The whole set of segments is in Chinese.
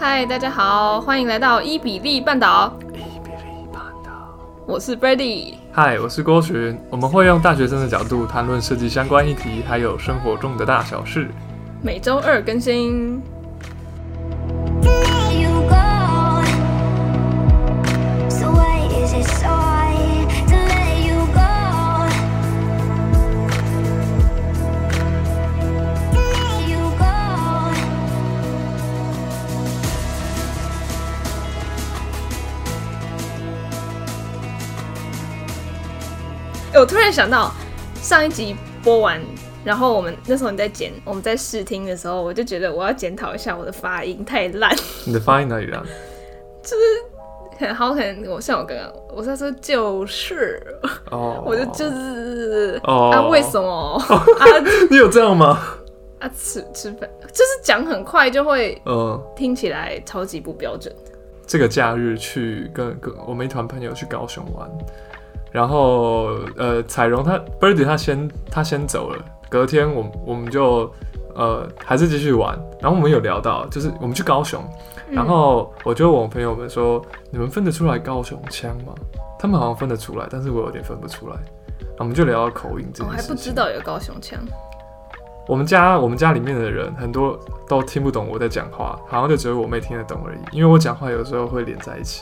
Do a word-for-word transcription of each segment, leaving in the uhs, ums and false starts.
嗨，大家好，欢迎来到伊比利半岛。 伊比利半岛， 我是 Brady。 嗨，我是郭群。我们会用大学生的角度谈论设计相关议题，还有生活中的大小事。 每周二更新。我突然想到，上一集播完，然后我们那时候你在剪，我们在试听的时候，我就觉得我要检讨一下我的发音太烂。 你的发音哪里烂？ 就是很好，可能我像我刚刚，我在说就是，哦、我就就是哦啊，为什么、哦、啊？ 你有这样吗？ 啊，吃吃饭就是讲很快就会，嗯，听起来超级不标准。 这个假日去跟跟我们一团朋友去高雄玩。然后，呃，彩蓉她 Birdy 她先她先走了，隔天我我们就呃还是继续玩。然后我们有聊到，就是我们去高雄，然后我就问我朋友们说：“你们分得出来高雄腔吗？”他们好像分得出来，但是我有点分不出来。然后我们就聊到口音这件事情。我还不知道有高雄腔。 我们家我们家里面的人很多都听不懂我在讲话，好像就只有我妹听得懂而已。因为我讲话有时候会连在一起。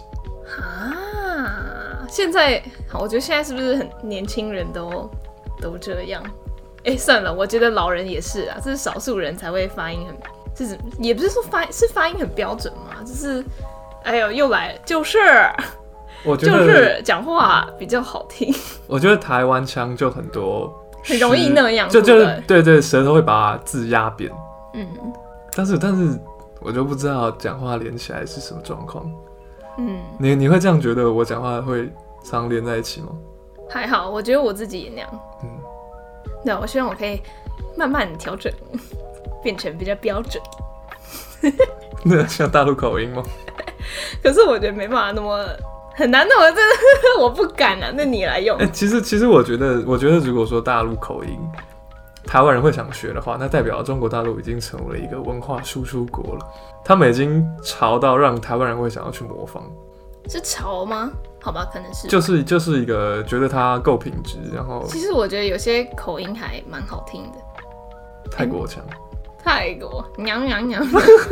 啊，现在我觉得现在是不是很年轻人都都这样？哎、欸，算了，我觉得老人也是啊，这是少数人才会发音很，是也不是说发是发音很标准嘛，就是哎呦又来了，就是我觉得就是讲话比较好听。 我觉得台湾腔就很多， 很容易那样， 就就是对对，舌头会把字压扁。嗯，但是但是我就不知道讲话连起来是什么状况。嗯，你你会这样觉得我讲话会常连在一起吗？ 还好，我觉得我自己也那样。嗯，对，我希望我可以慢慢调整，变成比较标准。 那像大陆口音吗？ 可是我觉得没办法那么很难的，我真的我不敢啊。那你来用。 欸、其实其实我觉得，我觉得如果说大陆口音，台湾人会想学的话，那代表中国大陆已经成为了一个文化输出国了。他们已经潮到让台湾人会想要去模仿。 是潮吗？好吧，可能是。 就是就是一个觉得它够品质，然后。 其实我觉得有些口音还蛮好听的。 泰国腔。欸、 泰国娘娘娘。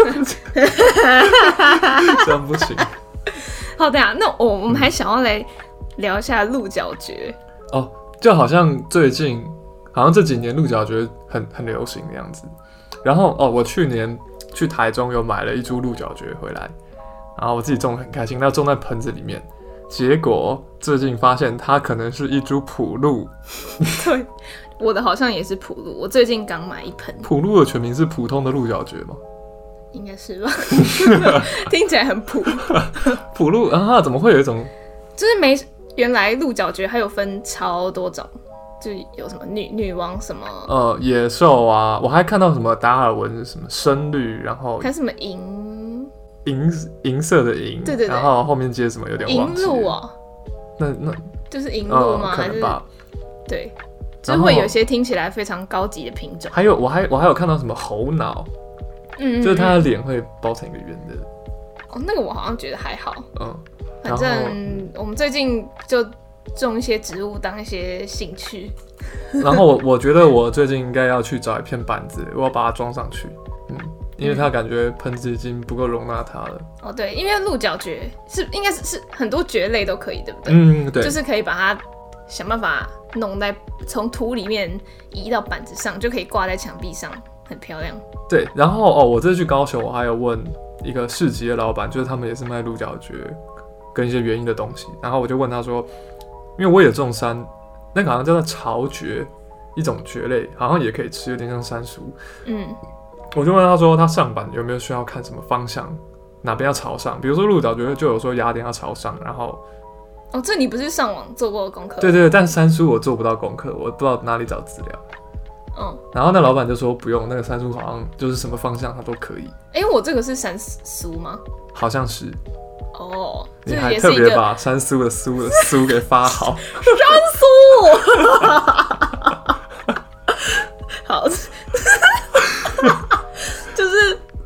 这样不行。 好的呀，那我我们还想要来聊一下鹿角蕨。 哦，就好像最近，好像这几年鹿角蕨很很流行的样子。然后哦，我去年去台中有买了一株鹿角蕨回来，然后我自己种得很开心，那种在盆子里面。结果最近发现它可能是一株普鹿。 对，我的好像也是普鹿，我最近刚买一盆。 普鹿的全名是普通的鹿角蕨吗？ 应该是吧。听起来很普。 普鹿啊，怎么会有一种？ 就是没原来鹿角蕨还有分超多种。就有什么 女, 女王什么呃野兽啊，我还看到什么达尔文什么深绿，然后还有什么银银银色的银， 对对对， 然后后面接什么有点忘记了。 银鹿哦， 那那就是银鹿吗？ 呃、可能吧。 对，就是会有些听起来非常高级的品种。 还有我还我还有看到什么猴脑，嗯, 嗯, 嗯，就是它的脸会包成一个圆的。 哦，那个我好像觉得还好。嗯，反正我们最近就种一些植物当一些兴趣。 然后我我觉得我最近应该要去找一片板子，我要把它装上去。嗯，因为它感觉盆子已经不够容纳它了。 哦，对，因为鹿角蕨是应该 是, 是很多蕨类都可以，对不对？ 嗯，对， 就是可以把它想办法弄在从土里面移到板子上，就可以挂在墙壁上，很漂亮。 对，然后哦，我这次去高雄，我还有问一个市集的老板，就是他们也是卖鹿角蕨跟一些园艺的东西，然后我就问他说。因为我也种山，那个好像叫做巢蕨，一种蕨类，好像也可以吃，有点像山薯。嗯，我就问他说，他上板有没有需要看什么方向，哪边要朝上？比如说鹿角蕨就有说芽点要朝上，然后…… 哦，这你不是上网做过功课？ 对对对，但山书我做不到功课，我不知道哪里找资料。嗯，然后那老板就说不用，那个山书好像就是什么方向他都可以。 哎、欸，我这个是山苏吗？ 好像是。 哦， 你还特别把山苏的苏的苏给发好。 山苏，好，就是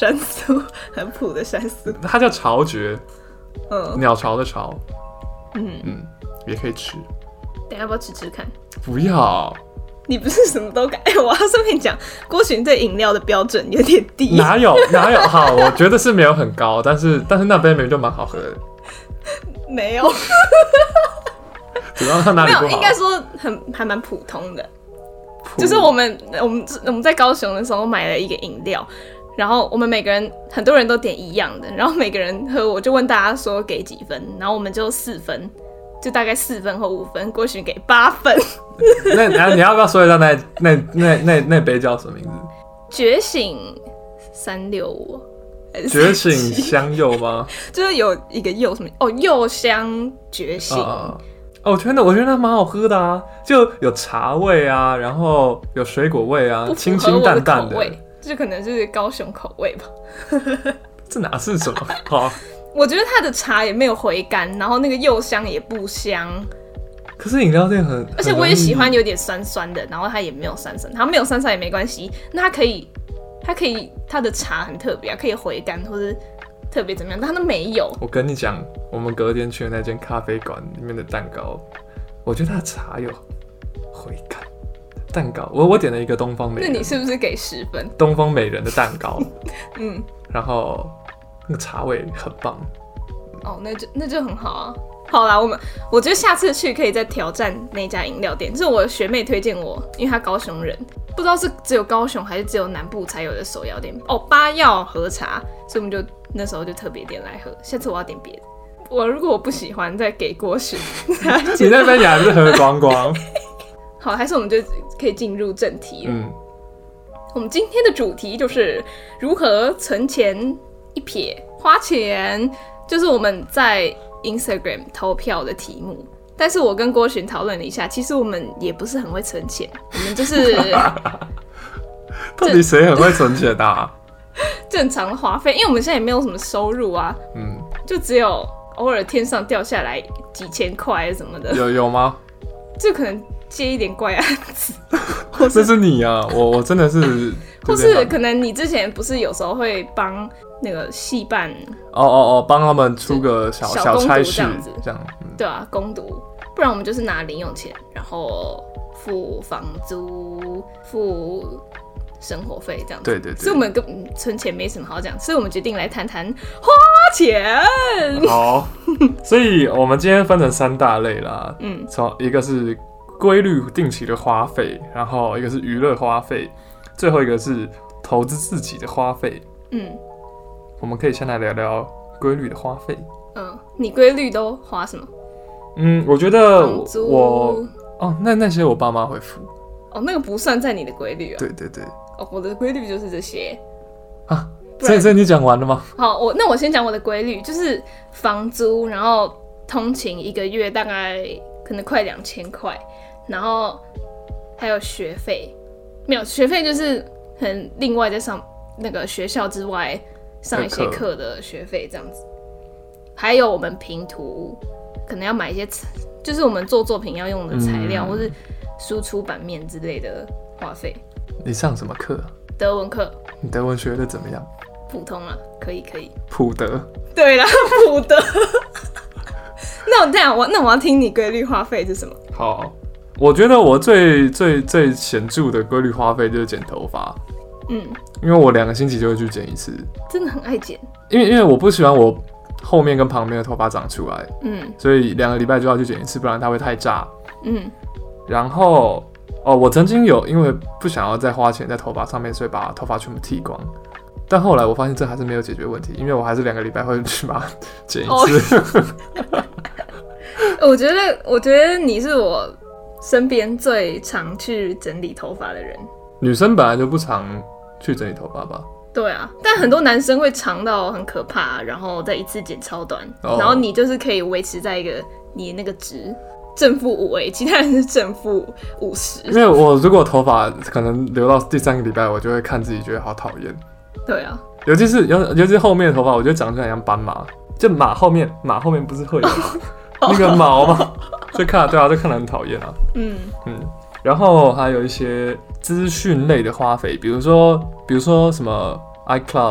山酥，很普的山酥。 它叫巢蕨， 嗯， 鸟巢的巢， 嗯嗯，也可以吃。 等一下要不要吃吃看？ 不要， 你不是什么都敢？哎、欸，我要顺便讲，郭洵对饮料的标准有点低。 哪有哪有？好，我觉得是没有很高，但是但是那杯明明就蛮好喝的。 没有， 主要它哪里不好？ 没有，应该说很还蛮普通的。就是我们我们我们在高雄的时候买了一个饮料，然后我们每个人很多人都点一样的，然后每个人喝，我就问大家说给几分，然后我们就四分，就大概四分或五分，郭洵给八分。 那你要不要说一下那那那那那杯叫什么名字？ 觉醒三六五， 觉醒香柚吗？ 就是有一个柚什么哦，柚香觉醒。 哦，我觉得我觉得它蛮好喝的啊，就有茶味啊，然后有水果味啊，清清淡淡的。 这可能是高雄口味吧。 这哪是什么？好， 我觉得它的茶也没有回甘，然后那个柚香也不香。 可是饮料店很， 而且我也喜欢有点酸酸的，然后它也没有酸酸，它没有酸酸也没关系。那它可以，它可以，它的茶很特别啊，可以回甘或是特别怎么样，但它都没有。 我跟你讲，我们隔天去的那间咖啡馆里面的蛋糕，我觉得它的茶有回甘。蛋糕，我我点了一个东方美人， 那你是不是给十分？ 东方美人的蛋糕， 嗯， 然后那个茶味很棒。 哦，那就那就很好啊。好啦，我们我觉得下次去可以再挑战那家饮料店，是我学妹推荐我，因为她高雄人，不知道是只有高雄还是只有南部才有的手摇店哦，八药和茶，所以我们就那时候就特别点来喝。下次我要点别的，我如果我不喜欢再给郭洵。 你那边也还是喝光光。 好，还是我们就可以进入正题了。 嗯， 我们今天的主题就是如何存钱一撇花钱，就是我们在 Instagram 投票的题目。但是我跟郭洵讨论了一下，其实我们也不是很会存钱，我们就是到底谁很会存钱啊？ 正常的花费，因为我们现在也没有什么收入啊，嗯，就只有偶尔天上掉下来几千块什么的。 有有吗？ 就可能接一点怪案子， 这是你啊！我我真的是， 或是可能你之前不是有时候会帮那个系办哦哦哦，帮他们出个小小差事这样子， 这样、嗯、 对啊，工读，不然我们就是拿零用钱，然后付房租、付生活费这样子。 对对对， 所以我们跟存钱没什么好讲，所以我们决定来谈谈花钱。 好，所以我们今天分成三大类啦，嗯，从一个是规律定期的花费，然后一个是娱乐花费，最后一个是投资自己的花费。嗯，我们可以先来聊聊规律的花费。 嗯，你规律都花什么？ 嗯，我觉得房租我哦，那那些我爸妈会付。 哦，那个不算在你的规律啊。 对对对。 哦，我的规律就是这些。 啊，所以所以你讲完了吗？ 好，我那我先讲我的规律，就是房租，然后通勤一个月大概可能快两千块，然后还有学费，没有学费就是很另外在上那个学校之外上一些课的学费这样子，还有我们评图可能要买一些，就是我们做作品要用的材料，嗯、或是输出版面之类的花费。 你上什么课啊？ 德文课。 你德文学的怎么样？ 普通啊，可以可以。 普德。 对啦，普德。那我这样，我那我要听你规律花费是什么？ 好，我觉得我最最最显著的规律花费就是剪头发。嗯，因为我两个星期就会去剪一次。 真的很爱剪。因为因为我不喜欢我后面跟旁边的头发长出来。嗯。所以两个礼拜就要去剪一次，不然它会太炸。嗯。然后。哦，我曾经有因为不想要再花钱在头发上面，所以把头发全部剃光。但后来我发现这还是没有解决问题，因为我还是两个礼拜会去把它剪一次。 哦、我觉得，我觉得你是我身边最常去整理头发的人。 女生本来就不常去整理头发吧？ 对啊，但很多男生会长到很可怕，然后再一次剪超短，哦、然后你就是可以维持在一个你那个值。正负五诶，其他人是正负五十。 因为我如果头发可能留到第三个礼拜，我就会看自己觉得好讨厌。 对啊， 尤其是尤尤其是后面的头发，我觉得长出来像斑马，就马后面马后面不是会有那个毛吗？就看对啊，就看得很讨厌啊。嗯嗯，然后还有一些资讯类的花费，比如说比如说什么 iCloud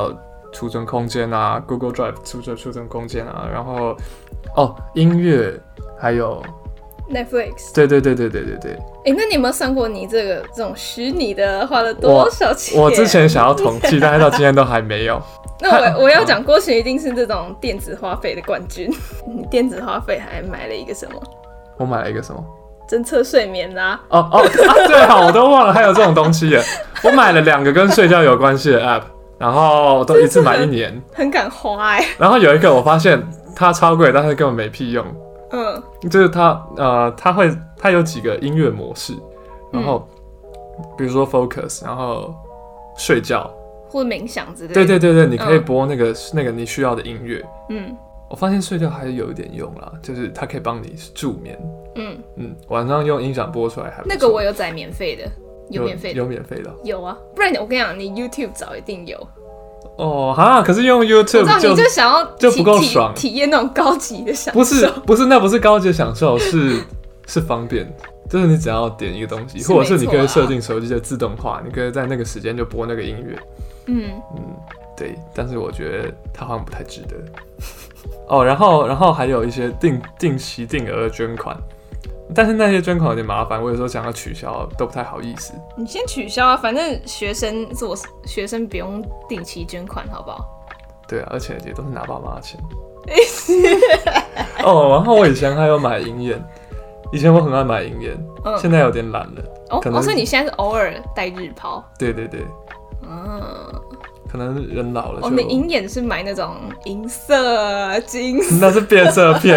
储存空间啊 ，Google Drive 储存储存空间啊，然后哦音乐还有 Netflix。 对对对对对对对。 哎，那你有没有算过你这个这种虚拟的花了多少钱？ 我, 我之前想要统计，但是到今天都还没有。 那我我要讲郭洵一定是这种电子花费的冠军。你电子花费还买了一个什么？ 我买了一个什么？ 侦测睡眠啦、啊。 哦哦啊，对好，我都忘了还有这种东西耶。我买了两个跟睡觉有关系的 app， 然后都一次买一年， 很敢花哎。 然后有一个我发现它超贵，但是根本没屁用。 嗯， 就是它呃，它会它有几个音乐模式，然后、嗯、比如说 focus， 然后睡觉。 或冥想之类的。 对对对对，你可以播那个、嗯、那个你需要的音乐。 嗯， 我发现睡觉还是有一点用啦，就是它可以帮你助眠。 嗯嗯，晚上用音响播出来还不错。 那个我有载免费的，有免费的， 有免费的， 有啊。不然我跟你讲，你 YouTube 找一定有。 哦哈，可是用 YouTube 就你就想要就不够爽， 体验那种高级的享受。 不是不是，那不是高级的享受，是是方便。就是你只要点一个东西，或者是你可以设定手机的自动化，你可以在那个时间就播那个音乐。嗯嗯，对，但是我觉得它好像不太值得。哦，然后然后还有一些定定期定额的捐款，但是那些捐款有点麻烦，我有时候想要取消都不太好意思。 你先取消啊，反正学生做学生不用定期捐款，好不好？ 对啊，而且也都是拿爸妈的钱。哦，然后我以前还有买银眼。以前我很爱买银眼、嗯，现在有点懒了。 哦，哦，所以你现在是偶尔带日抛？ 对对对。嗯。可能人老了就。 我们银眼是买那种银色、金色。 那是变色片。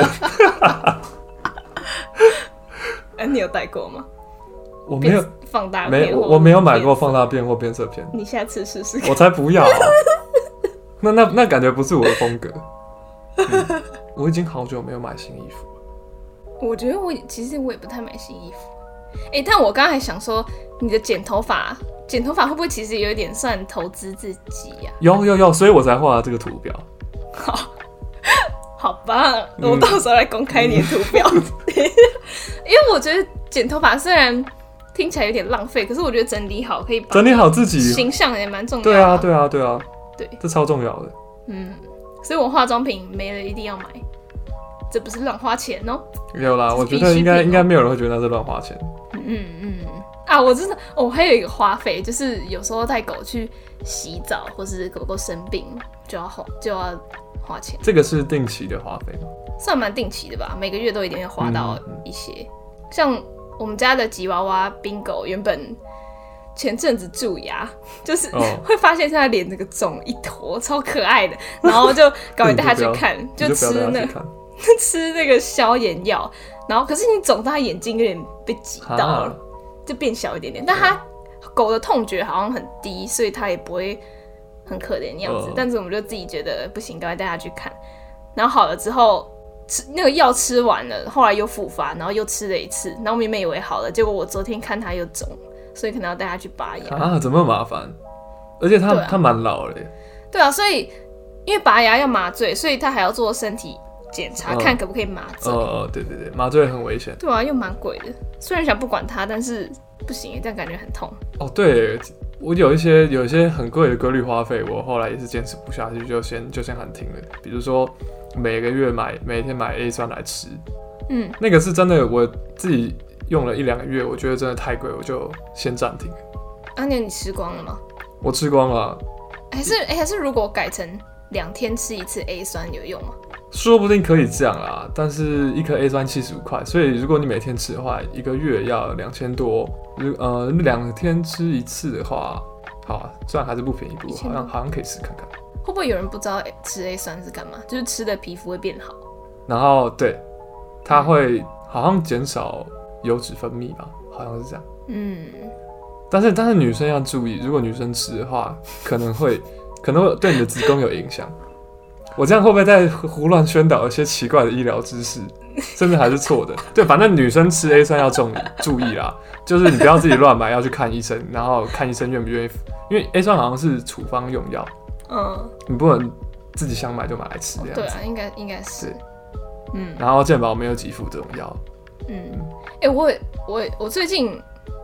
哎，你有带过吗？ 我没有放大片， 没，我没有买过放大片或变色片。 你下次试试看。 我才不要、啊。那那那感觉不是我的风格、嗯。我已经好久没有买新衣服。 我觉得我其实我也不太买新衣服，哎、欸，但我刚才想说，你的剪头发，剪头发会不会其实有一点算投资自己呀、啊？ 有有有，所以我才画了这个图表。 好，好吧，嗯、我到时候来公开你的图表。嗯、因为我觉得剪头发虽然听起来有点浪费，可是我觉得整理好可以整理好自己形象也蛮重要的。 对啊，对啊，对啊， 对， 这超重要的。 嗯，所以我化妆品没了一定要买。这不是乱花钱哦、喔。 有啦，我觉得应该应该没有人会觉得那是乱花钱。 嗯嗯嗯。啊，我知道，我、哦、还有一个花费，就是有时候带狗去洗澡，或是狗狗生病，就要花就要花钱。 这个是定期的花费吗？ 算蛮定期的吧，每个月都一定会花到一些。嗯、像我们家的吉娃娃冰狗，原本前阵子蛀牙，就是、哦、会发现它脸这个肿一坨，超可爱的，然后就赶快带它去看，就吃那。吃那个消炎药，然后可是你肿到他眼睛有点被挤到了，就变小一点点。但他狗的痛觉好像很低，所以他也不会很可怜的样子。Uh. 但是我们就自己觉得不行，赶快带他去看。然后好了之后，吃那个药吃完了，后来又复发，然后又吃了一次。然后我们原本以为好了，结果我昨天看他又肿，所以可能要带他去拔牙。 啊，怎么那么麻烦？而且他、啊、他蛮老了耶。 对啊，所以因为拔牙要麻醉，所以他还要做身体检查、嗯、看可不可以麻醉。 哦哦，对对对，麻醉很危险。 对啊，又蛮贵的。虽然想不管它，但是不行，这样感觉很痛。 哦，对，我有一些有一些很贵的规律花费，我后来也是坚持不下去，就先就先喊停了。比如说每个月买每天买 A 酸来吃，嗯，那个是真的，我自己用了一两个月，我觉得真的太贵，我就先暂停。 阿年，你吃光了吗？ 我吃光了。 还是哎、欸，还是如果改成两天吃一次 A 酸有用吗？ 说不定可以这样啦，但是一颗 A 酸七十五块，所以如果你每天吃的话，一个月要两千多。呃，两天吃一次的话，好啊，虽然还是不便宜，不过好像好像可以试看看。 会不会有人不知道吃 A 酸是干嘛？就是吃的皮肤会变好。 然后对，它会好像减少油脂分泌吧，好像是这样。嗯。但是但是女生要注意，如果女生吃的话，可能会可能会对你的子宫有影响。我这样会不会在胡乱宣导一些奇怪的医疗知识，甚至还是错的？对，反正女生吃 A 酸要注意啦，就是你不要自己乱买，要去看医生，然后看医生愿不愿意，因为 A 酸好像是处方用药，嗯，你不能自己想买就买来吃这样子。 对啊，应该应该是， 对，嗯，然后健保没有给付这种药， 嗯，哎、欸，我我我最近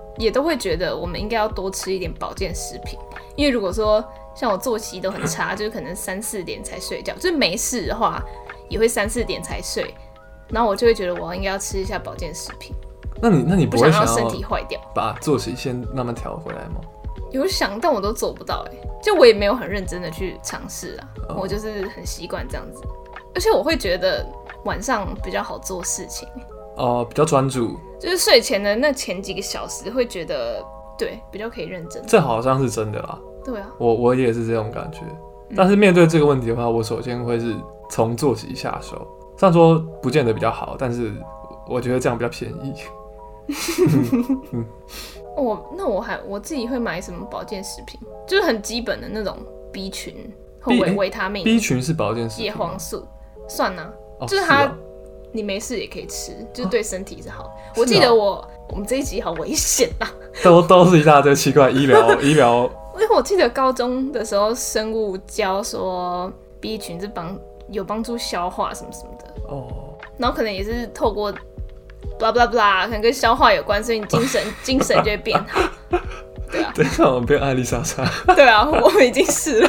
也都会觉得我们应该要多吃一点保健食品，因为如果说像我作息都很差，就是可能三四点才睡觉，就是没事的话也会三四点才睡，然后我就会觉得我应该要吃一下保健食品。 那你那你不会想要不想让身体坏掉， 把作息先慢慢调回来吗？ 有想，但我都做不到哎、欸，就我也没有很认真的去尝试啊， oh. 我就是很习惯这样子，而且我会觉得晚上比较好做事情。 哦、呃，比较专注， 就是睡前的那前几个小时会觉得对比较可以认真。 这好像是真的啦。 对啊， 我我也是这种感觉。但是面对这个问题的话，我首先会是从作息下手。虽然说不见得比较好，但是我觉得这样比较便宜。嗯嗯我那我还我自己会买什么保健食品，就是很基本的那种 B 群或维维他命。 B 群是保健食品。 叶黄素算啊， 哦、 就是它。 是啊你没事也可以吃，就是对身体是好。啊、我记得我、啊、我们这一集好危险啊， 都都是一大堆奇怪医疗医疗。 因为我记得高中的时候生物教说 B 群是帮有帮助消化什么什么的哦，然后可能也是透过 blah blah blah 可能跟消化有关，所以你精神精神就会变好。对啊， 等一下我们变艾丽莎莎。 对啊，我们已经是了。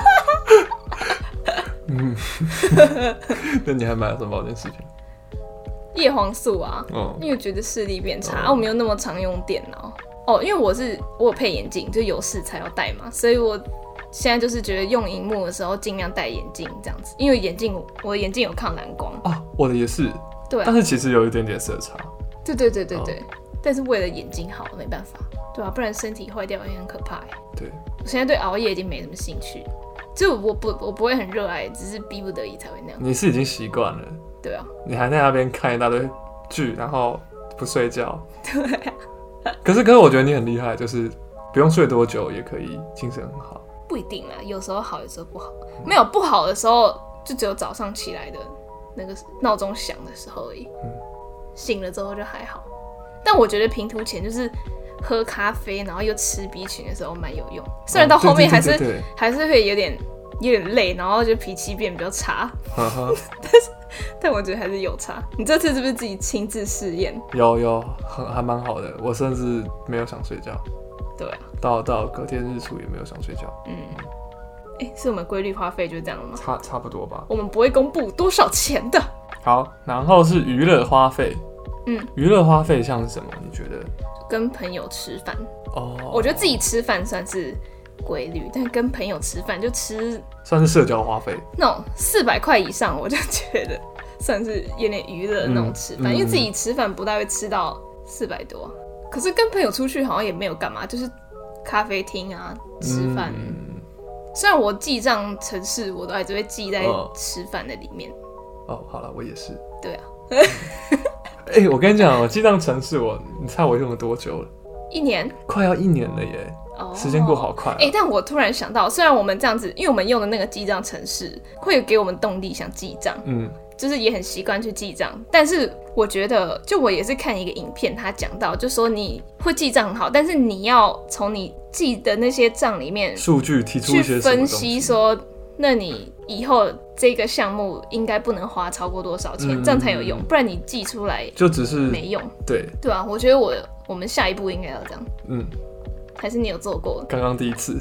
嗯，那你还买了什么保健食品？ 叶黄素啊，哦、因为我觉得视力变差，哦、啊，我没有那么常用电脑哦，因为我是我有配眼镜，就有事才要戴嘛，所以我现在就是觉得用萤幕的时候尽量戴眼镜这样子，因为眼镜我的眼镜有抗蓝光啊，我的也是， 对、啊， 但是其实有一点点色差， 对对对对对，哦、但是为了眼睛好没办法，对啊，不然身体坏掉也很可怕哎， 对， 我现在对熬夜已经没什么兴趣，就我不我不会很热爱，只是逼不得已才会那样， 你是已经习惯了。 对啊， 你还在那边看一大堆剧，然后不睡觉。 对啊。 可是，可是我觉得你很厉害，就是不用睡多久也可以精神很好。 不一定啦，有时候好，有时候不好。嗯、没有不好的时候，就只有早上起来的那个闹钟响的时候而已。嗯。醒了之后就还好。但我觉得平图前就是喝咖啡，然后又吃 B 群的时候蛮有用。虽然到后面还是、哦、对对对对还是会有点。有点累，然后就脾气变比较差，但是但我觉得还是有差。你这次是不是自己亲自试验？ 有有，还蛮好的。我甚至没有想睡觉。 对啊， 到到隔天日出也没有想睡觉。嗯， 哎、欸，是我们规律花费就这样了吗？ 差差不多吧。 我们不会公布多少钱的。 好，然后是娱乐花费。嗯，娱乐花费像是什么？你觉得？ 跟朋友吃饭。 哦， 我觉得自己吃饭算是。规律，但跟朋友吃饭就吃， 算是社交花费。 那种四百块以上，我就觉得算是有点娱乐那种吃饭，嗯嗯、因为自己吃饭不太会吃到四百多。可是跟朋友出去好像也没有干嘛，就是咖啡厅啊吃饭。嗯、虽然我记账程式，我都还是会记在吃饭的里面。 哦，好了，我也是。 对啊。 哎、欸，我跟你讲，我记账程式，我你猜我用了多久了？ 一年， 快要一年了耶。时间过好快、啊， 哎、欸！但我突然想到，虽然我们这样子，因为我们用的那个记账程式会给我们动力想记账，嗯，就是也很习惯去记账。但是我觉得，就我也是看一个影片，他讲到，就说你会记账很好，但是你要从你记的那些账里面数据提出一些去分析说，那你以后这个项目应该不能花超过多少钱，嗯、这样才有用，不然你记出来就只是没用。 对对啊，我觉得我我们下一步应该要这样，嗯。还是你有做过？ 刚刚第一次，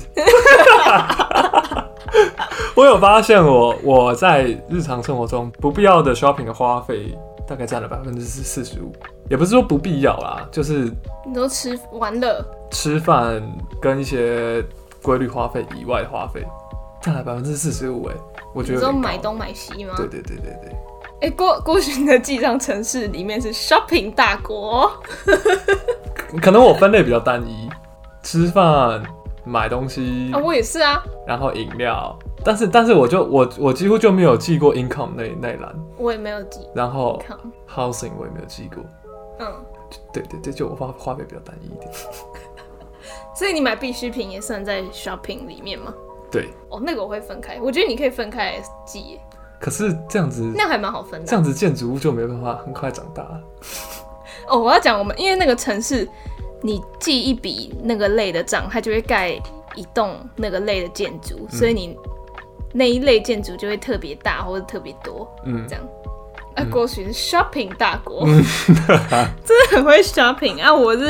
我有发现我我在日常生活中不必要的 shopping 的花费大概占了百分之四十五，也不是说不必要啦，就是你都吃玩乐、 吃饭跟一些规律花费以外的花费占了百分之四十五，哎，我觉得有点高。 你说买东买西吗？ 对对对对对。 哎、欸，郭郭洵的记账程式里面是 shopping 大国， 可能我分类比较单一。吃饭、买东西啊，我也是啊。然后饮料，但是但是我就我我几乎就没有记过 income 那那一栏， 我也没有记。 然后 housing 我也没有记过。嗯，对对对，就我花花费比较单一一点。 所以你买必需品也算在 shopping 里面吗？ 对。 哦，那个我会分开，我觉得你可以分开来记耶。 可是这样子， 那样还蛮好分的。 这样子建筑物就没办法很快长大。 哦，我要讲我们，因为那个城市。你记一笔那个类的账，它就会盖一栋那个类的建筑，嗯、所以你那一类建筑就会特别大或者特别多，嗯，这样。啊，郭洵 shopping 大国，嗯、真的很会 shopping 啊！我是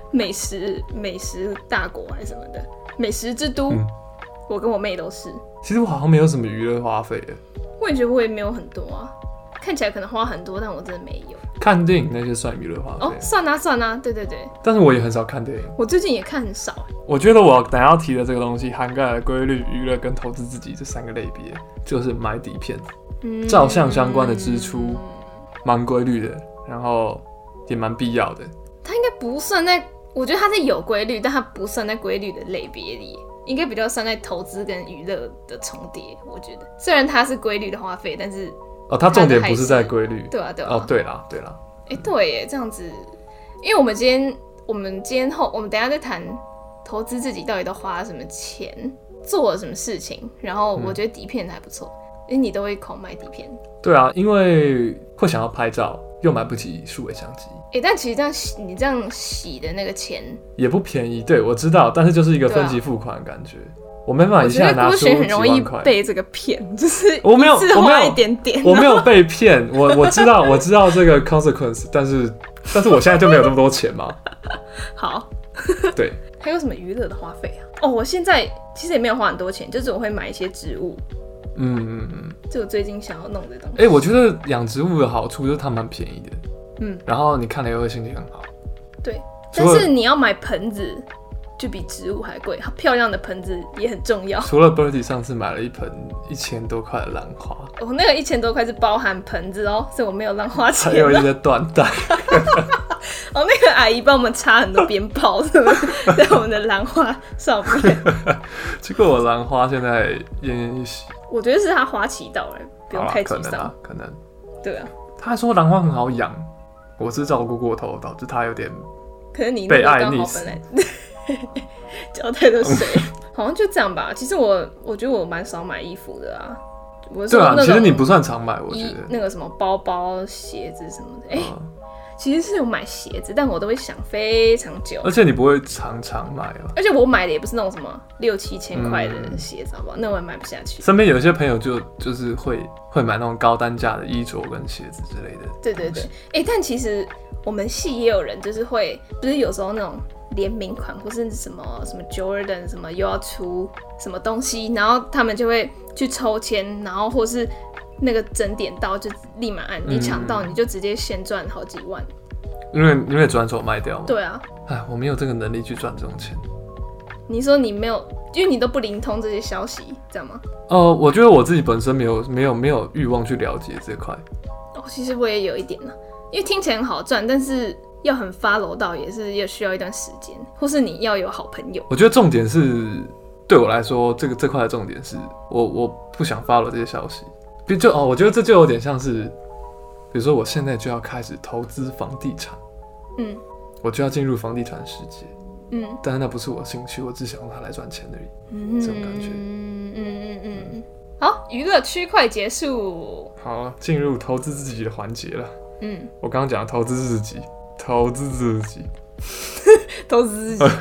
美食美食大国还是什么的，美食之都。嗯、我跟我妹都是。 其实我好像没有什么娱乐花费耶。 我也觉得我也没有很多啊，看起来可能花很多，但我真的没有。 看电影那些算娱乐花费？ 哦，算啊算啊，对对对。 但是我也很少看电影。 我最近也看很少。 我觉得我等一下要提的这个东西涵盖了规律、娱乐跟投资自己这三个类别，就是买底片、嗯、照相相关的支出，蛮规律的，然后也蛮必要的。 它应该不算在，我觉得它是有规律，但它不算在规律的类别里。应该比较算在投资跟娱乐的重叠，我觉得虽然它是规律的花费，但是哦，它重点不是在规律， 对啊对啊， 哦对啦对啦， 哎、欸、对耶，这样子，因为我们今天我们今天后我们等一下再谈投资自己到底都花了什么钱，做了什么事情，然后我觉得底片还不错，因为你都会狂买底片， 对啊，因为会想要拍照，又买不起数位相机。 欸、但其实这样洗，你这样洗的那个钱也不便宜，对我知道，但是就是一个分期付款的感觉，啊、我没办法一下拿出几万块。我觉得郭璇很容易被这个骗，就是我没有， 一次花一点点， 我没有被骗，我我知道，我知道这个 consequence， 但是但是我现在就没有这么多钱嘛。 好， 对， 还有什么娱乐的花费啊？哦，我现在其实也没有花很多钱，就是我会买一些植物。嗯嗯嗯，这我最近想要弄的东西。 哎、欸，我觉得养植物的好处就是它蛮便宜的。嗯，然后你看了又会心情很好。 对，但是你要买盆子就比植物还贵，漂亮的盆子也很重要。 除了 Birdy 上次买了一盆一千多块的兰花， 我、哦、那个一千多块是包含盆子哦，所以我没有浪花钱。 还有一些缎带。 哦，那个阿姨帮我们插很多鞭炮，是不是在我们的兰花上面？ 结果我兰花现在奄奄一息。 我觉得是他花期到了，不用太沮丧。 可能啊，可能。 对啊。 他还说兰花很好养。我是照顾过头，导致他有点可能你被爱溺死， 浇太多水，好像就这样吧。其实我我觉得我蛮少买衣服的啊。我对啊，其实你不算常买，我觉得那个什么包包、鞋子什么的，哎、欸嗯，其实是有买鞋子，但我都会想非常久。 而且你不会常常买啊。 而且我买的也不是那种什么六七千块的鞋子，好不好？那我也买不下去。 身边有一些朋友就就是会会买那种高单价的衣着跟鞋子之类的。 对对对，哎、欸，但其实我们系也有人就是会，不是有时候那种联名款或是什么什么 Jordan 什么又要出什么东西，然后他们就会去抽签，然后或是那个整点到就立马按，你抢到你就直接现赚好几万。 因为因为转手卖掉嘛。 对啊。 哎，我没有这个能力去赚这种钱。 你说你没有，因为你都不灵通这些消息，这样吗？ 哦、呃，我觉得我自己本身没有没有没有欲望去了解这块。 哦，其实我也有一点呢，因为听起来很好赚，但是要很 follow 到也是要需要一段时间，或是你要有好朋友。 我觉得重点是对我来说，这个这块的重点是我我不想 follow 这些消息。就哦，我觉得这就有点像是，比如说我现在就要开始投资房地产，嗯，我就要进入房地产世界，嗯，但是那不是我的兴趣，我只想用它来赚钱而已，嗯，这种感觉， 嗯嗯嗯嗯。好，娱乐区块结束， 好，进入投资自己的环节了。嗯，我刚刚讲投资自己，投资自己， 投资自己。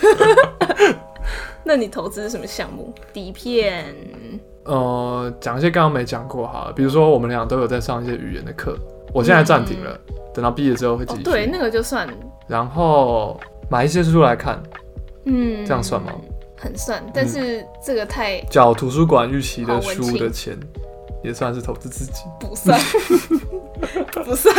那你投资什么项目？底片。 呃，讲一些刚刚没讲过哈，比如说我们俩都有在上一些语言的课，我现在暂停了，嗯、等到毕业之后会继续、哦。 对，那个就算。 然后买一些书来看，嗯，这样算吗？ 很算，但是这个太缴图书馆预期的书的钱，也算是投资自己。 不算，不算。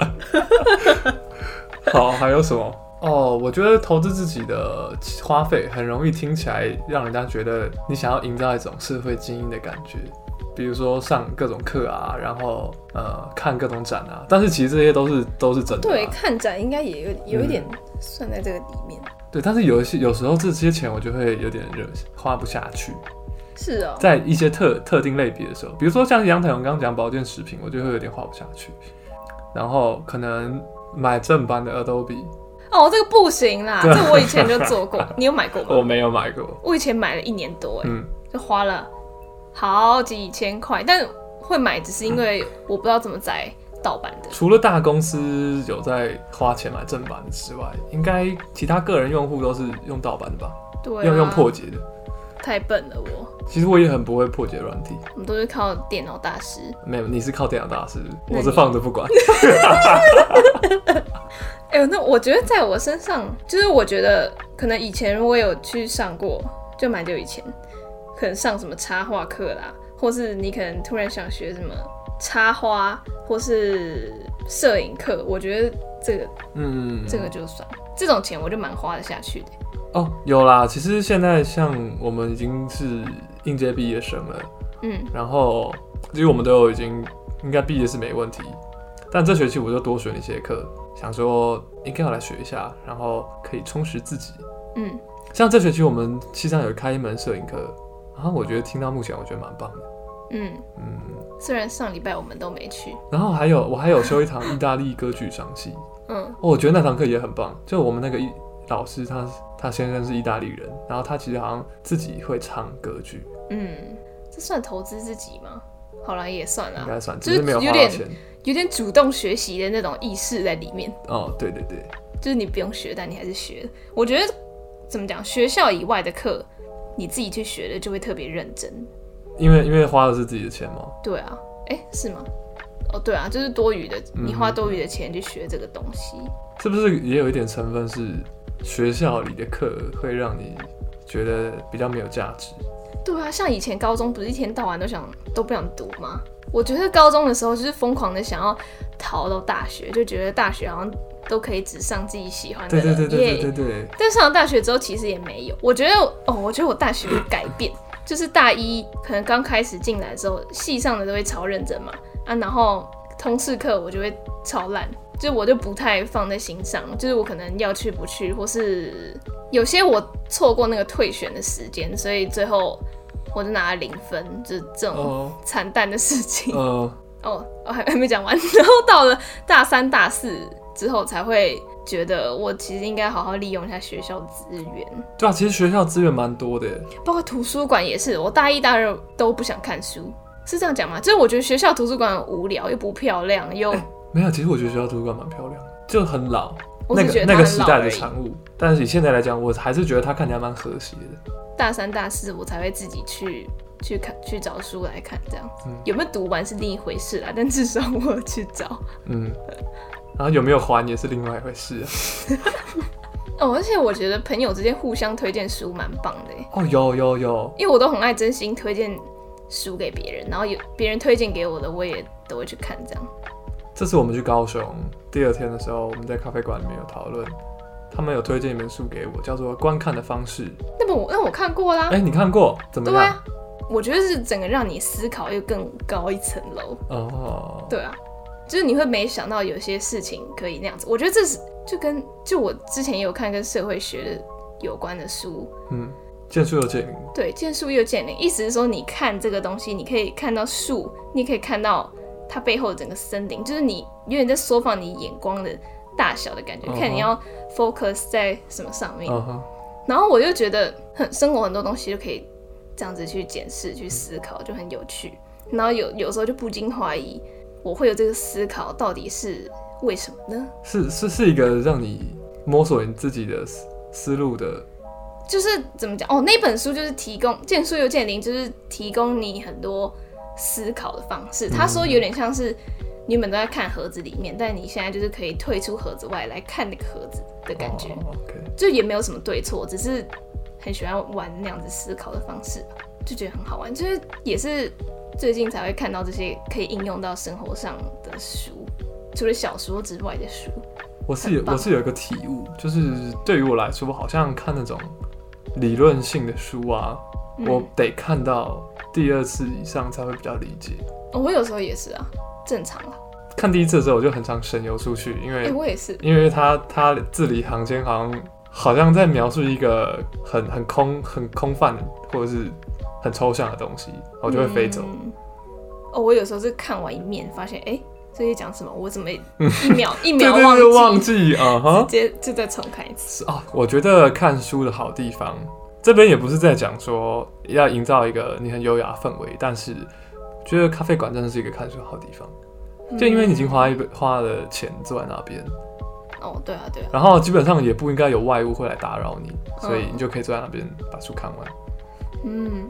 好，还有什么？哦，我觉得投资自己的花费很容易听起来让人家觉得你想要营造一种社会精英的感觉，比如说上各种课啊，然后呃看各种展啊，但是其实这些都是都是真的、啊。对， 看展应该也有有一点算在这个里面。嗯、 对，但是有一些有时候这些钱我就会有点热花不下去。 是哦， 在一些特特定类别的时候，比如说像杨太勇刚刚讲保健食品，我就会有点花不下去。然后可能买正版的 Adobe。 哦，这个不行啦，这个我以前就做过。你有买过吗？ 我没有买过。 我以前买了一年多，哎、嗯，就花了好几千块，但会买只是因为我不知道怎么载盗版的。 除了大公司有在花钱买正版的之外，应该其他个人用户都是用盗版的吧？ 对、啊， 用用破解的。 太笨了我。 其实我也很不会破解软体。 我们都是靠电脑大师。 没有，你是靠电脑大师，我是放着不管。 哎、欸，那我觉得在我身上，就是我觉得可能以前我有去上过，就蛮久以前，可能上什么插画课啦，或是你可能突然想学什么插花，或是摄影课，我觉得这个，嗯，这个就算，这种钱我就蛮花得下去的。 哦，有啦，其实现在像我们已经是应届毕业生了，嗯，然后其实我们都有已经应该毕业是没问题，但这学期我就多选一些课。想说应该要来学一下，然后可以充实自己。嗯，像这学期我们系上有开一门摄影课，然后我觉得听到目前我觉得蛮棒的。嗯嗯，虽然上礼拜我们都没去， 然后还有我还有修一堂意大利歌剧赏析。嗯、哦，我觉得那堂课也很棒。就我们那个老师他他先生是意大利人，然后他其实好像自己会唱歌剧。 嗯，这算投资自己吗？好啦，也算啦， 应该算，只是没有花到钱。 有点主动学习的那种意识在里面。 哦，对对对， 就是你不用学，但你还是学。我觉得怎么讲，学校以外的课，你自己去学的就会特别认真。 因为因为花的是自己的钱吗？ 对啊，哎、欸，是吗？哦，对啊，就是多余的，你花多余的钱去学这个东西，嗯、 是不是也有一点成分是学校里的课会让你觉得比较没有价值？ 对啊，像以前高中不是一天到晚都想都不想读吗？我觉得高中的时候就是疯狂的想要逃到大学，就觉得大学好像都可以只上自己喜欢的。 对对对对对对对。 但上了大学之后其实也没有。我觉得哦，我觉得我大学有改变，就是大一可能刚开始进来之后，系上的都会超认真嘛啊，然后通识课我就会超烂，就我就不太放在心上，就是我可能要去不去，或是有些我错过那个退选的时间，所以最后。我就拿了零分，就是这种惨淡的事情。哦，哦，我还还没讲完。然后到了大三、大四之后，才会觉得我其实应该好好利用一下学校资源。 对啊，其实学校资源蛮多的耶， 包括图书馆也是。我大一、大二都不想看书，是这样讲吗？就是我觉得学校图书馆很无聊，又不漂亮，又、欸、 没有。其实我觉得学校图书馆蛮漂亮的，就很老，那个那个时代的产物。但是以现在来讲，我还是觉得它看起来蛮和谐的。 大三、大四我才会自己去去看去找书来看，这样子、嗯、有没有读完是另一回事啦，但至少我有去找。嗯， 然后有没有还也是另外一回事啊。 哦，而且我觉得朋友之间互相推荐书蛮棒的耶。 哦，有有有， 因为我都很爱真心推荐书给别人，然后有别人推荐给我的，我也都会去看这样。 这次我们去高雄第二天的时候，我们在咖啡馆里面有讨论。他们有推荐一本书给我，叫做《观看的方式》。 那本我那我看过啦。 哎、欸，你看过？怎么样？ 对啊，我觉得是整个让你思考又更高一层楼。哦。对啊，就是你会没想到有些事情可以那样子。我觉得这是就跟就我之前也有看跟社会学的有关的书。 嗯，见树又见林。 对，见树又见林，意思是说你看这个东西，你可以看到树，你也可以看到它背后的整个森林，就是你有点在缩放你眼光的大小的感觉， uh-huh. 看你要 focus 在什么上面。Uh-huh. 然后我就觉得很生活很多东西就可以这样子去检视、去思考，就很有趣。然后有有时候就不禁怀疑，我会有这个思考到底是为什么呢？ 是是是一个让你摸索你自己的思路的， 就是怎么讲哦？那本书就是提供见树又见林，就是提供你很多思考的方式。他说有点像是。你们都在看盒子里面，但你现在就是可以退出盒子外来看那个盒子的感觉， oh, okay. 就也没有什么对错，只是很喜欢玩那样子思考的方式，就觉得很好玩。就是也是最近才会看到这些可以应用到生活上的书，除了小说之外的书。 我是有我是有一个体悟，就是对于我来说，好像看那种理论性的书啊、嗯，我得看到第二次以上才会比较理解。 哦、我有时候也是啊。正常啦。 看第一次的时候，我就很常神游出去，因为、 欸、我也是， 因为他他字里行间好像好像在描述一个很很空很空泛或者是很抽象的东西，我就会飞走。 嗯、哦，我有时候是看完一面，发现哎、欸，这些讲什么，我怎么一秒一秒忘记， 忘记啊哈， 直接就再重看一次。 哦，我觉得看书的好地方，这边也不是在讲说要营造一个你很优雅的氛围，但是。觉得咖啡馆真的是一个看书的好地方，就因为你已经花一花了钱坐在那边， 哦，对啊，对啊， 然后基本上也不应该有外物会来打扰你，所以你就可以坐在那边把书看完。 嗯，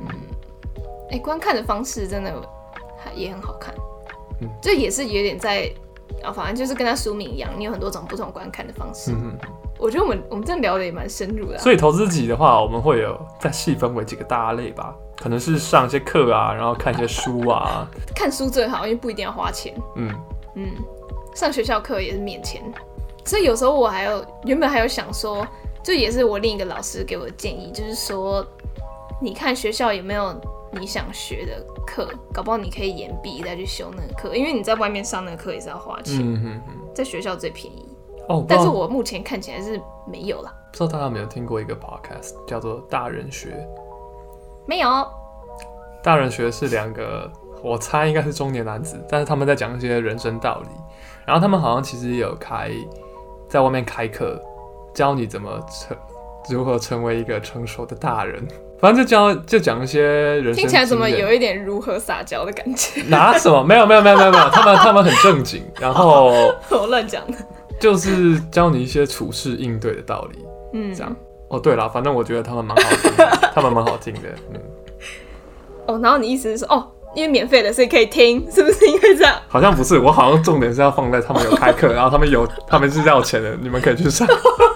哎、欸，观看的方式真的也很好看，嗯，这也是有点在啊，反正就是跟它书名一样，你有很多种不同观看的方式。 嗯嗯， 我觉得我们我们真的聊得也蛮深入的、啊。 所以投资自己的话，我们会有再细分为几个大类吧，可能是上一些课啊，然后看一些书啊。 看书最好，因为不一定要花钱。 嗯嗯，上学校课也是免钱，所以有时候我还有原本还有想说，就也是我另一个老师给我的建议，就是说，你看学校有没有你想学的课，搞不好你可以延毕再去修那个课，因为你在外面上那个课也是要花钱， 嗯嗯嗯， 在学校最便宜。 哦， 但是我目前看起来是没有啦。 不知道大家有没有听过一个 podcast 叫做《大人学》？ 没有。 大人学是两个，我猜应该是中年男子，但是他们在讲一些人生道理。然后他们好像其实也有开，在外面开课，教你怎么成如何成为一个成熟的大人。反正就教就讲一些人生经验。 听起来怎么有一点如何撒娇的感觉？ 拿什么？没有没有没有没有没有，他们他们很正经，然后我乱讲的， 就是教你一些处事应对的道理。嗯，这样。哦，对了，反正我觉得他们蛮好听的，他们蛮好听的。嗯。 哦，然后你意思是说，哦，因为免费的，所以可以听，是不是因为这样？ 好像不是，我好像重点是要放在他们有开课，然后他们有他们是要钱的，你们可以去上。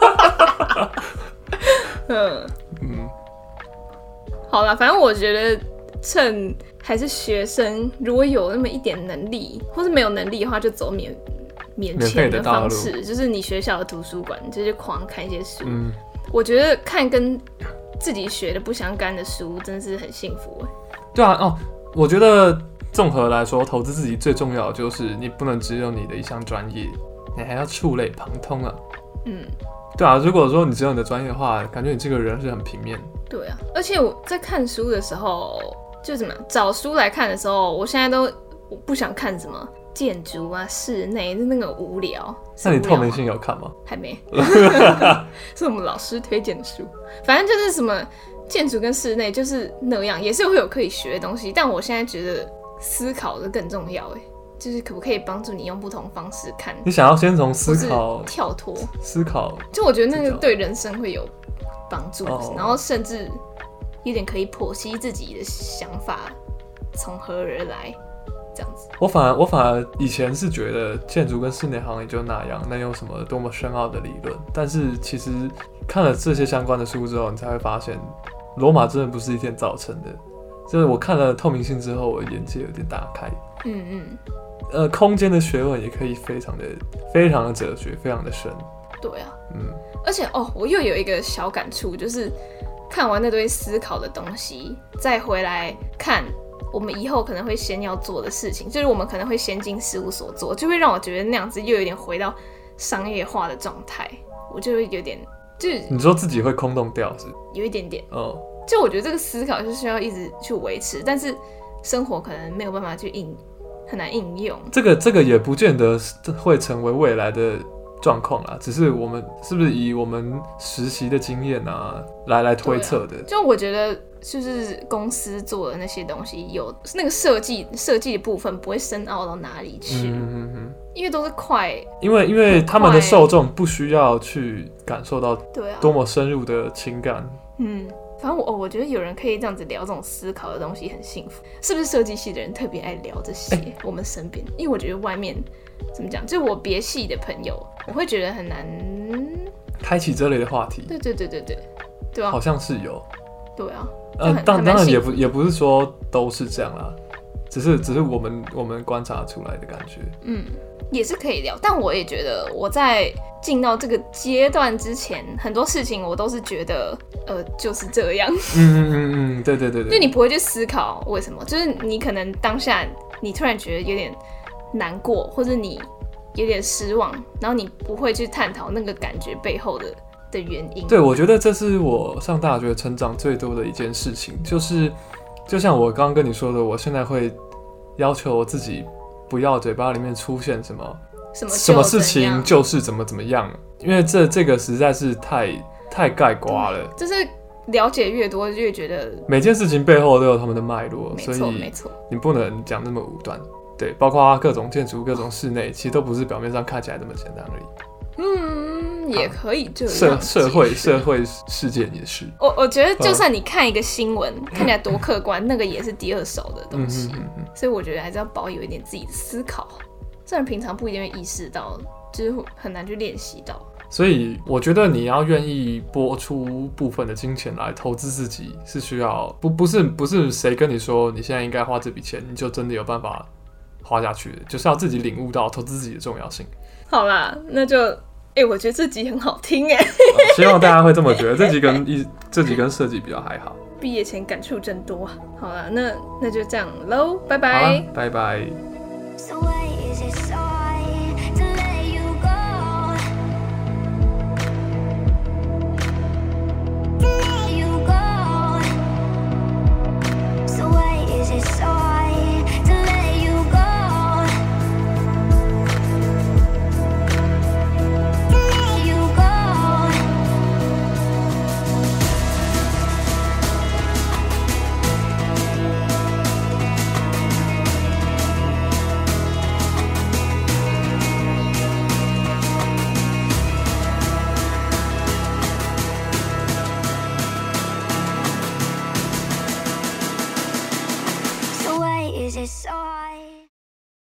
嗯嗯，好啦，反正我觉得趁还是学生，如果有那么一点能力，或是没有能力的话，就走免免钱的方式，就是你学校的图书馆，就是狂看一些书。嗯，我觉得看跟自己学的不相干的书，真是很幸福哎。 对啊，哦，我觉得综合来说，投资自己最重要的就是你不能只有你的一项专业，你还要触类旁通啊。嗯，对啊，如果说你只有你的专业的话，感觉你这个人是很平面。 对啊，而且我在看书的时候，就怎么样找书来看的时候，我现在都不想看什么建筑啊、室内，那个无聊。 那你透明性有看吗？ 还没，是我们老师推荐的书。反正就是什么建筑跟室内就是那样，也是会有可以学的东西。但我现在觉得思考的更重要，哎，就是可不可以帮助你用不同方式看？ 你想要先从思考跳脱思考， 就我觉得那个对人生会有帮助，哦、然后甚至有点可以剖析自己的想法从何而来。这样子， 我反而我反而以前是觉得建筑跟室内行业就那样，那有什么多么深奥的理论？但是其实看了这些相关的书之后，你才会发现，罗马真的不是一天造成的。就是我看了透明性之后，我眼界有点打开。嗯嗯。呃，空间的学问也可以非常的非常的哲学，非常的深。 对啊。嗯。而且哦，我又有一个小感触，就是看完那堆思考的东西，再回来看。我们以后可能会先要做的事情，就是我们可能会先进事务所做，就会让我觉得那样子又有点回到商业化的状态，我就会有点就是你说自己会空洞掉是？ 有一点点哦，就我觉得这个思考是需要一直去维持，但是生活可能没有办法去应很难应用。 这个这个也不见得会成为未来的状况啦，只是我们是不是以我们实习的经验啊来来推测的、啊？ 就我觉得。就是公司做的那些东西，有那个设计设计的部分不会深奥到哪里去，嗯嗯嗯，因为都是快， 因为因为他们的受众不需要去感受到多么深入的情感，啊、 嗯，反正我我觉得有人可以这样子聊这种思考的东西很幸福，是不是设计系的人特别爱聊这些？欸、我们身边，因为我觉得外面怎么讲，就是我别系的朋友，我会觉得很难开启这类的话题。 对对对对对，对啊， 好像是有， 对啊。 呃，当当然也不也不是说都是这样啦，只是只是我们我们观察出来的感觉， 嗯，也是可以聊。但我也觉得我在进到这个阶段之前，很多事情我都是觉得，呃，就是这样。嗯嗯嗯嗯，对对对对， 就你不会去思考为什么，就是你可能当下你突然觉得有点难过，或者你有点失望，然后你不会去探讨那个感觉背后的。的原因。 对，我觉得这是我上大学成长最多的一件事情，就是就像我刚刚跟你说的，我现在会要求我自己不要嘴巴里面出现什么什么什么事情就是怎么怎么样，因为这这个实在是太太概括了。 就是了解越多，越觉得每件事情背后都有他们的脉络， 没错没错， 你不能讲那么武断。对，包括各种建筑、各种室内，其实都不是表面上看起来那么简单而已。 嗯，也可以这样、 啊、社社会社会事件也是。 我我觉得，就算你看一个新闻，嗯、看起来多客观，那个也是第二手的东西。嗯嗯嗯嗯，所以我觉得还是要保有一点自己的思考。 虽然平常不一定会意识到，就是很难去练习到。 所以我觉得你要愿意拨出部分的金钱来投资自己，是需要不不是不是谁跟你说你现在应该花这笔钱，你就真的有办法花下去的，就是要自己领悟到投资自己的重要性。好啦，那就哎、欸，我觉得这集很好听哎、 哦，希望大家会这么觉得。这集跟一这集跟设计比较还好。 毕业前感触真多。好啦，那那就这样喽，拜拜， 拜拜。 So why is it so hard to let you go? To let you go. So why is it so hard to let you go? To let you go. So why is it so